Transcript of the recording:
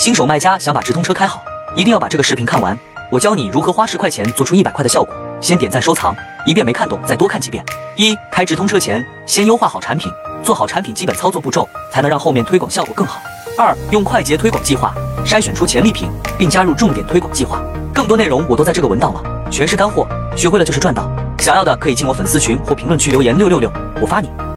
新手卖家想把直通车开好，一定要把这个视频看完。我教你如何花10块钱做出100块的效果。先点赞收藏，一遍没看懂再多看几遍。1. 开直通车前，先优化好产品，做好产品基本操作步骤，才能让后面推广效果更好。2. 用快捷推广计划筛选出潜力品，并加入重点推广计划。更多内容我都在这个文档了，全是干货，学会了就是赚到。想要的可以进我粉丝群或评论区留言666，我发你。